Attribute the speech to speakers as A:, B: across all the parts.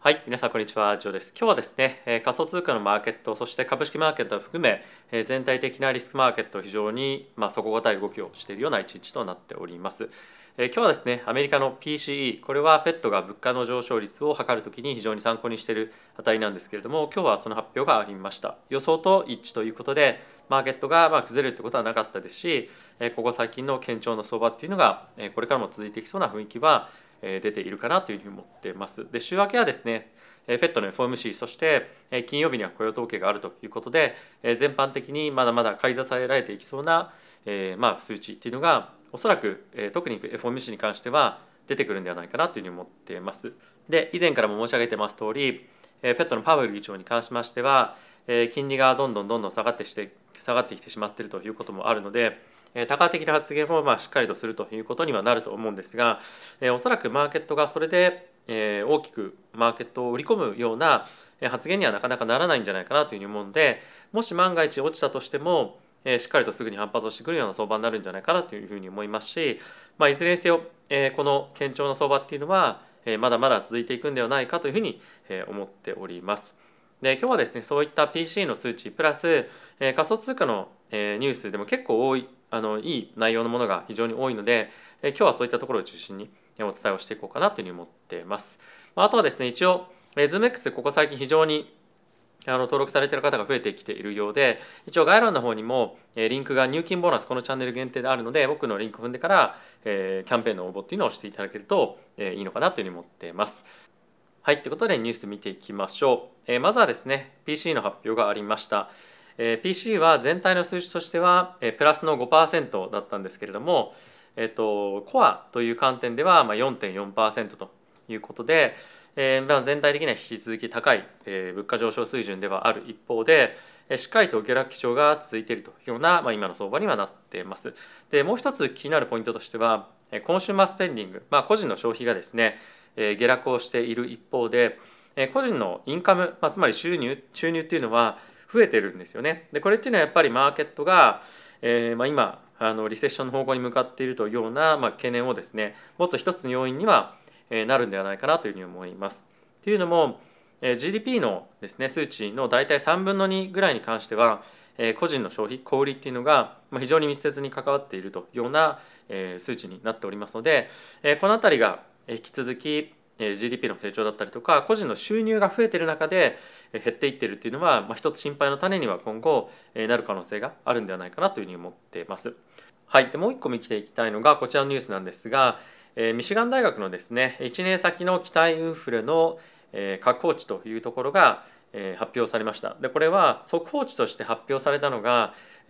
A: はい、皆さんこんにちは、ジョーです。今日はですね、仮想通貨のマーケット、そして株式マーケットを含め、全体的なリスクマーケット、非常に底堅い動きをしているような一日となっております。今日はですね、アメリカの PCE、これは FED が物価の上昇率を測るときに非常に参考にしている値なんですけれども、今日はその発表がありました。予想と一致ということで、マーケットが崩れるということはなかったですし、ここ最近の堅調な相場っていうのが、これからも続いていきそうな雰囲気は出ているかなというふうに思っています。で、週明けはですね、FED の FOMC、そして金曜日には雇用統計があるということで、全般的にまだまだ買い支えられていきそうな数値っていうのが、おそらく特に FOMC に関しては出てくるんではないかなというふうに思っています。で、以前からも申し上げてます通り、FED のパウエル議長に関しましては、金利がどんどん下がってきてしまっているということもあるので、多角的な発言をしっかりとするということにはなると思うんですが、おそらくマーケットがそれで大きくマーケットを売り込むような発言にはなかなかならないんじゃないかなというふうに思うので、もし万が一落ちたとしてもしっかりとすぐに反発をしてくるような相場になるんじゃないかなというふうに思いますし、いずれにせよこの堅調な相場っていうのはまだまだ続いていくんではないかというふうに思っております。で、今日はですね、そういった PC の数値プラス仮想通貨のニュースでも結構多いいい内容のものが非常に多いので、今日はそういったところを中心にお伝えをしていこうかなというふうに思っています。あとはですね、一応 ZoomX ここ最近非常に登録されている方が増えてきているようで、一応概要欄の方にもリンクが入金ボーナス、このチャンネル限定であるので、僕のリンクを踏んでからキャンペーンの応募っていうのをしていただけるといいのかなというふうに思っています。はい、ということでニュース見ていきましょう。まずはですね、PC の発表がありました。PC は全体の数字としてはプラスの 5% だったんですけれども、コアという観点では 4.4% ということで、全体的には引き続き高い物価上昇水準ではある一方で、しっかりと下落基調が続いているというような、今の相場にはなっています。で、もう一つ気になるポイントとしては、コンシューマースペンディング、個人の消費がですね、下落をしている一方で、個人のインカム、つまり収入っていうのは増えてるんですよね。で、これっていうのはやっぱりマーケットが、今リセッションの方向に向かっているというような、懸念をですね持つ一つの要因にはなるんではないかなというふうに思います。というのも GDP のですね数値の大体3分の2ぐらいに関しては個人の消費小売りっていうのが非常に密接に関わっているというような数値になっておりますので、このあたりが引き続き GDP の成長だったりとか個人の収入が増えている中で減っていっているというのは、一つ心配の種には今後なる可能性があるんではないかなというふうに思っています。はい、でもう一個見ていきたいのがこちらのニュースなんですが、ミシガン大学のですね1年先の期待インフレの確保値というところが発表されました。で、これは速報値として発表されたのが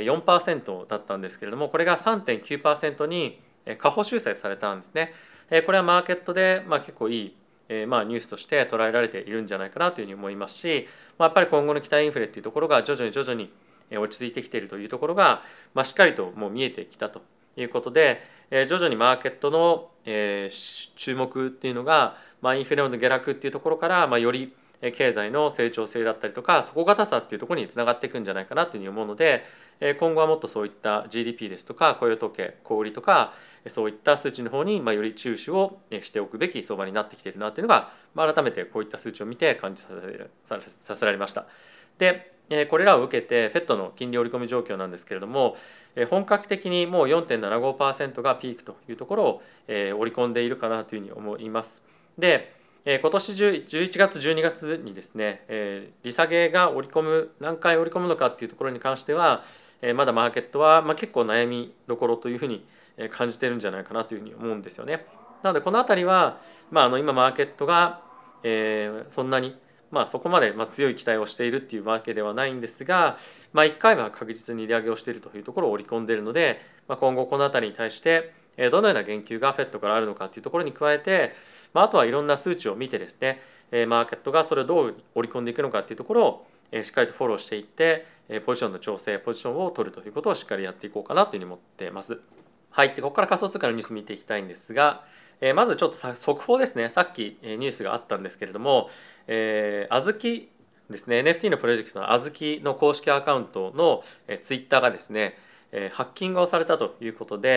A: 4% だったんですけれども、これが 3.9% に下方修正されたんですね。これはマーケットで結構いいニュースとして捉えられているんじゃないかなというふうに思いますし、やっぱり今後の期待インフレっていうところが徐々に落ち着いてきているというところが、しっかりともう見えてきたということで、徐々にマーケットの注目っていうのが、インフレの下落っていうところから、より経済の成長性だったりとか底堅さっていうところにつながっていくんじゃないかなというふうに思うので、今後はもっとそういった GDP ですとか雇用統計小売りとかそういった数値の方により注視をしておくべき相場になってきているなというのが、改めてこういった数値を見て感じさせられました。で、これらを受けて FED の金利織り込み状況なんですけれども、本格的にもう 4.75% がピークというところを織り込んでいるかなというふうに思います。で、今年11月12月にですね利下げが何回織り込むのかっていうところに関してはまだマーケットは結構悩みどころというふうに感じてるんじゃないかなというふうに思うんですよね。なのでこの辺りは、今マーケットがそんなにそこまで強い期待をしているっていうわけではないんですが、1回は確実に利上げをしているというところを織り込んでいるので、今後この辺りに対してどのような言及が FED からあるのかというところに加えて、あとはいろんな数値を見てですねマーケットがそれをどう織り込んでいくのかというところをしっかりとフォローしていってポジションの調整ポジションを取るということをしっかりやっていこうかなというふうに思っています。はい、でここから仮想通貨のニュース見ていきたいんですが、まずちょっと速報ですね。さっきニュースがあったんですけれども、あずきですね NFT のプロジェクトのあずきの公式アカウントのツイッターがですねハッキングをされたということで、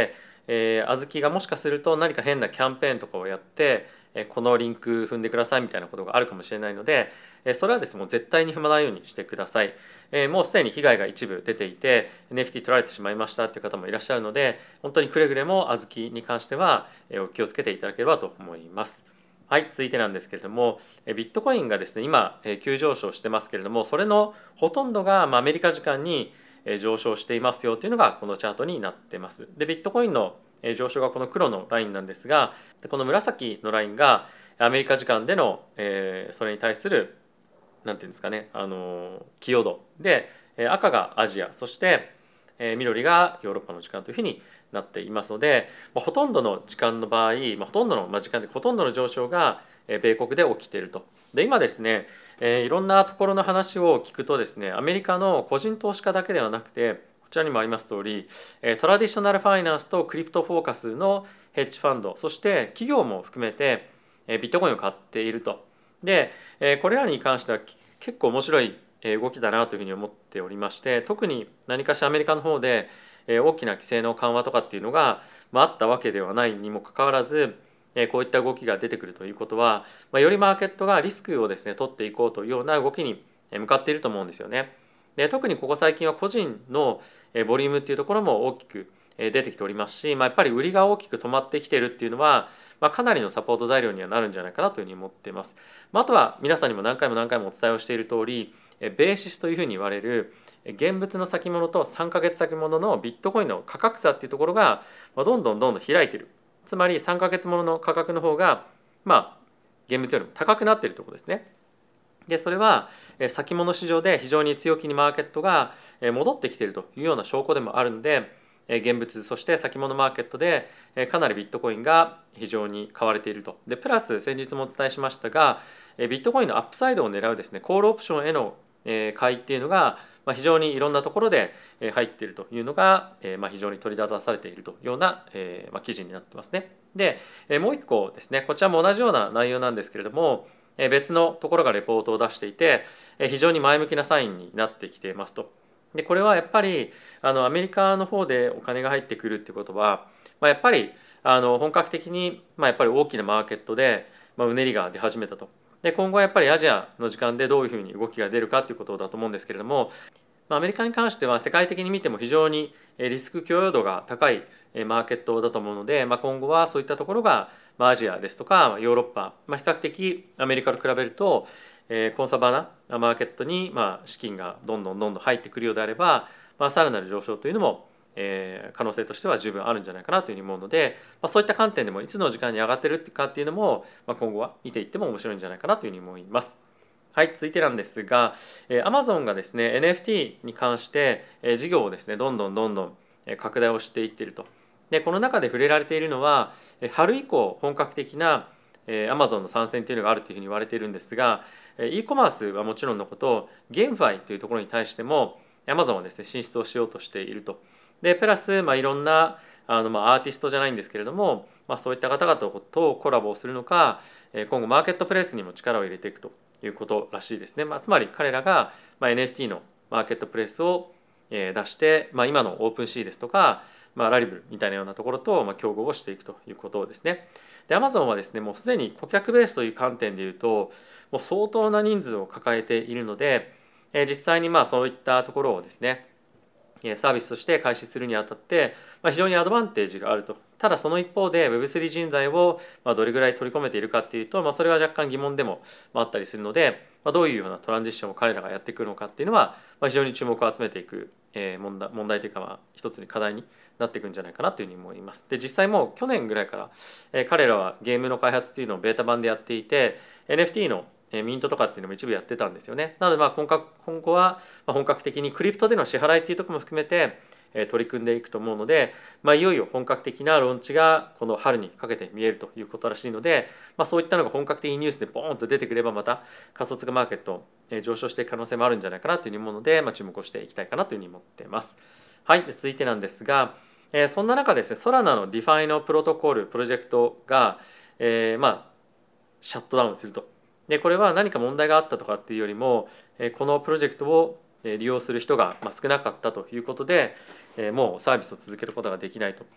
A: 小豆がもしかすると何か変なキャンペーンとかをやってこのリンク踏んでくださいみたいなことがあるかもしれないのでそれはですねもう絶対に踏まないようにしてください。もうすでに被害が一部出ていて NFT 取られてしまいましたっていう方もいらっしゃるので本当にくれぐれも小豆に関してはお気をつけていただければと思います。はい、続いてなんですけれどもビットコインがですね今急上昇してますけれどもそれのほとんどがアメリカ時間に上昇していますよというのがこのチャートになってます。でビットコインの上昇がこの黒のラインなんですがこの紫のラインがアメリカ時間でのそれに対するなんていうんですかね寄与度で赤がアジアそして緑がヨーロッパの時間というふうになっていますのでほとんどの時間の場合ほとんどの時間でほとんどの上昇が米国で起きていると。で今ですねいろんなところの話を聞くとですねアメリカの個人投資家だけではなくてこちらにもあります通りトラディショナルファイナンスとクリプトフォーカスのヘッジファンドそして企業も含めてビットコインを買っていると。でこれらに関しては結構面白い動きだなというふうに思っておりまして特に何かしらアメリカの方で大きな規制の緩和とかっていうのがあったわけではないにもかかわらずこういった動きが出てくるということはよりマーケットがリスクをですね取っていこうというような動きに向かっていると思うんですよね。で特にここ最近は個人のボリュームっていうところも大きく出てきておりますし、やっぱり売りが大きく止まってきているっていうのは、かなりのサポート材料にはなるんじゃないかなというふうに思っています。あとは皆さんにも何回もお伝えをしている通りベーシスというふうに言われる現物の先物と3ヶ月先物のビットコインの価格差っていうところがどんどん開いている。つまり3ヶ月物の価格の方が現物よりも高くなっているところですね。でそれは先物市場で非常に強気にマーケットが戻ってきているというような証拠でもあるので現物そして先物マーケットでかなりビットコインが非常に買われていると。でプラス先日もお伝えしましたがビットコインのアップサイドを狙うですねコールオプションへの買いっていうのが非常にいろんなところで入っているというのが非常に取り出されているというような記事になってますね。でもう一個ですねこちらも同じような内容なんですけれども別のところがレポートを出していて非常に前向きなサインになってきていますと。でこれはやっぱりアメリカの方でお金が入ってくるってことは、やっぱり本格的に、やっぱり大きなマーケットで、うねりが出始めたと。で今後はやっぱりアジアの時間でどういうふうに動きが出るかということだと思うんですけれどもアメリカに関しては世界的に見ても非常にリスク許容度が高いマーケットだと思うので、今後はそういったところがアジアですとかヨーロッパ、比較的アメリカと比べるとコンサバなマーケットに資金がどんどん入ってくるようであれば、さらなる上昇というのも可能性としては十分あるんじゃないかなというふうに思うので、そういった観点でもいつの時間に上がってるかっていうのも、今後は見ていっても面白いんじゃないかなというふうに思います。はい、続いてなんですが、Amazon がですね NFT に関して事業をですねどんどん拡大をしていっていると。でこの中で触れられているのは春以降本格的な Amazon の参戦というのがあるというふうに言われているんですが e コマースはもちろんのことゲームファイというところに対しても Amazon はですね進出をしようとしていると。でプラス、いろんなアーティストじゃないんですけれども、そういった方々とコラボをするのか今後マーケットプレイスにも力を入れていくということらしいですね。つまり彼らが NFT のマーケットプレイスを出して、今のオープンシーですとか、ラリブルみたいなようなところと競合をしていくということですね。で Amazon はですねもうすでに顧客ベースという観点でいうともう相当な人数を抱えているので実際にそういったところをですねサービスとして開始するにあたって非常にアドバンテージがあると。ただその一方で Web3 人材をどれぐらい取り込めているかっていうとそれは若干疑問でもあったりするのでどういうようなトランジッションを彼らがやっていくのかっていうのは非常に注目を集めていく問題というか一つに課題になっていくんじゃないかなというふうに思います。で実際もう去年ぐらいから彼らはゲームの開発っていうのをベータ版でやっていて NFT のミントとかっていうのも一部やってたんですよね。なので今後は本格的にクリプトでの支払いっていうところも含めて取り組んでいくと思うので、いよいよ本格的なローンチがこの春にかけて見えるということらしいので、そういったのが本格的にニュースでボーンと出てくればまた仮想通貨マーケット上昇していく可能性もあるんじゃないかなというふうに思うので、注目をしていきたいかなというふうに思っています。はい、続いてなんですが、そんな中ですね、ソラナのディファイのプロトコルプロジェクトが、シャットダウンすると。でこれは何か問題があったとかっていうよりもこのプロジェクトを利用する人が少なかったということでもうサービスを続けることができないと。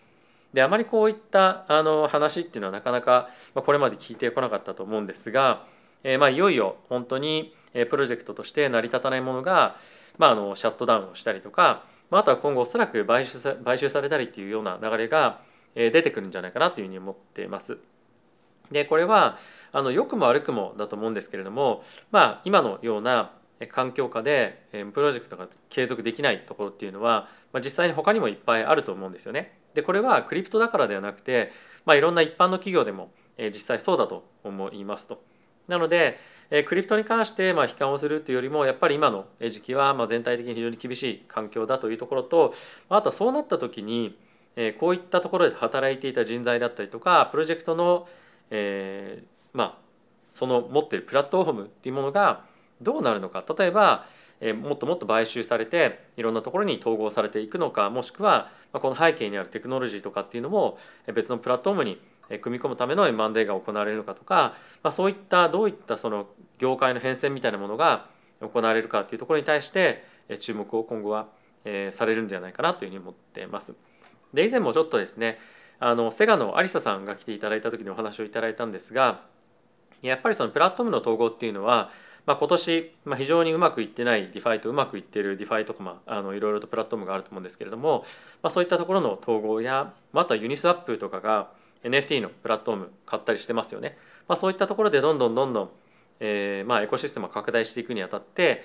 A: であまりこういった話っていうのはなかなかこれまで聞いてこなかったと思うんですが、いよいよ本当にプロジェクトとして成り立たないものが、シャットダウンをしたりとか、あとは今後おそらく買収されたりっていうような流れが出てくるんじゃないかなというふうに思っています。でこれは良くも悪くもだと思うんですけれども、今のような環境下でプロジェクトが継続できないところっていうのは、実際に他にもいっぱいあると思うんですよね。でこれはクリプトだからではなくて、いろんな一般の企業でも実際そうだと思いますと。なのでクリプトに関して悲観をするというよりも、やっぱり今の時期は全体的に非常に厳しい環境だというところと、あとはそうなった時にこういったところで働いていた人材だったりとかプロジェクトのその持っているプラットフォームっていうものがどうなるのか。例えばもっともっと買収されていろんなところに統合されていくのか、もしくはこの背景にあるテクノロジーとかっていうのも別のプラットフォームに組み込むための M&A が行われるのかとか、そういったどういったその業界の変遷みたいなものが行われるかっていうところに対して注目を今後はされるんじゃないかなというふうに思っています。で以前もちょっとですねセガのアリサさんが来ていただいた時にお話をいただいたんですが、やっぱりそのプラットフォームの統合っていうのは、今年非常にうまくいってないディファイとうまくいっているディファイとか、いろいろとプラットフォームがあると思うんですけれども、そういったところの統合や、あとはユニスワップとかが NFT のプラットフォーム買ったりしてますよね。そういったところでどんどん、エコシステムを拡大していくにあたって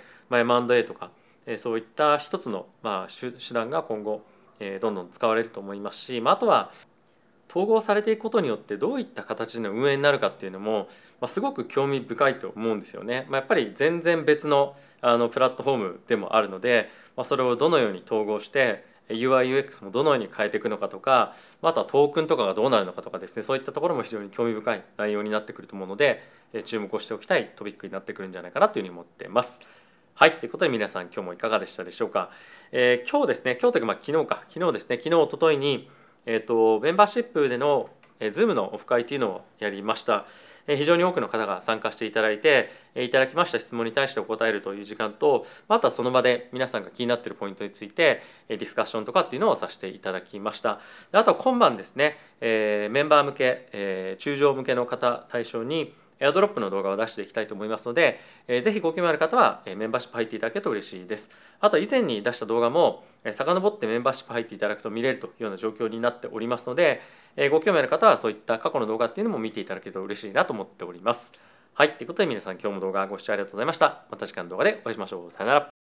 A: 、M&A とかそういった一つの手段が今後どんどん使われると思いますし、あとは統合されていくことによってどういった形の運営になるかっていうのも、すごく興味深いと思うんですよね。やっぱり全然別のプラットフォームでもあるので、それをどのように統合して UI/UX もどのように変えていくのかとか、あとはトークンとかがどうなるのかとかですね、そういったところも非常に興味深い内容になってくると思うので、注目をしておきたいトピックになってくるんじゃないかなというふうに思っています。はい、ということで皆さん今日もいかがでしたでしょうか。今日ですね、今日というか昨日ですね、昨日一昨日にメンバーシップでのZoom のオフ会というのをやりました。非常に多くの方が参加していただいて、いただきました質問に対してお答えるという時間と、あとはその場で皆さんが気になっているポイントについてディスカッションとかっていうのをさせていただきました。あとは今晩ですね、メンバー向け、中上向けの方対象にエアドロップの動画を出していきたいと思いますので、ぜひご興味ある方はメンバーシップ入っていただけると嬉しいです。あと以前に出した動画も遡ってメンバーシップ入っていただくと見れるというような状況になっておりますので、ご興味ある方はそういった過去の動画っていうのも見ていただけると嬉しいなと思っております。はい、ということで皆さん今日も動画ご視聴ありがとうございました。また次回の動画でお会いしましょう。さよなら。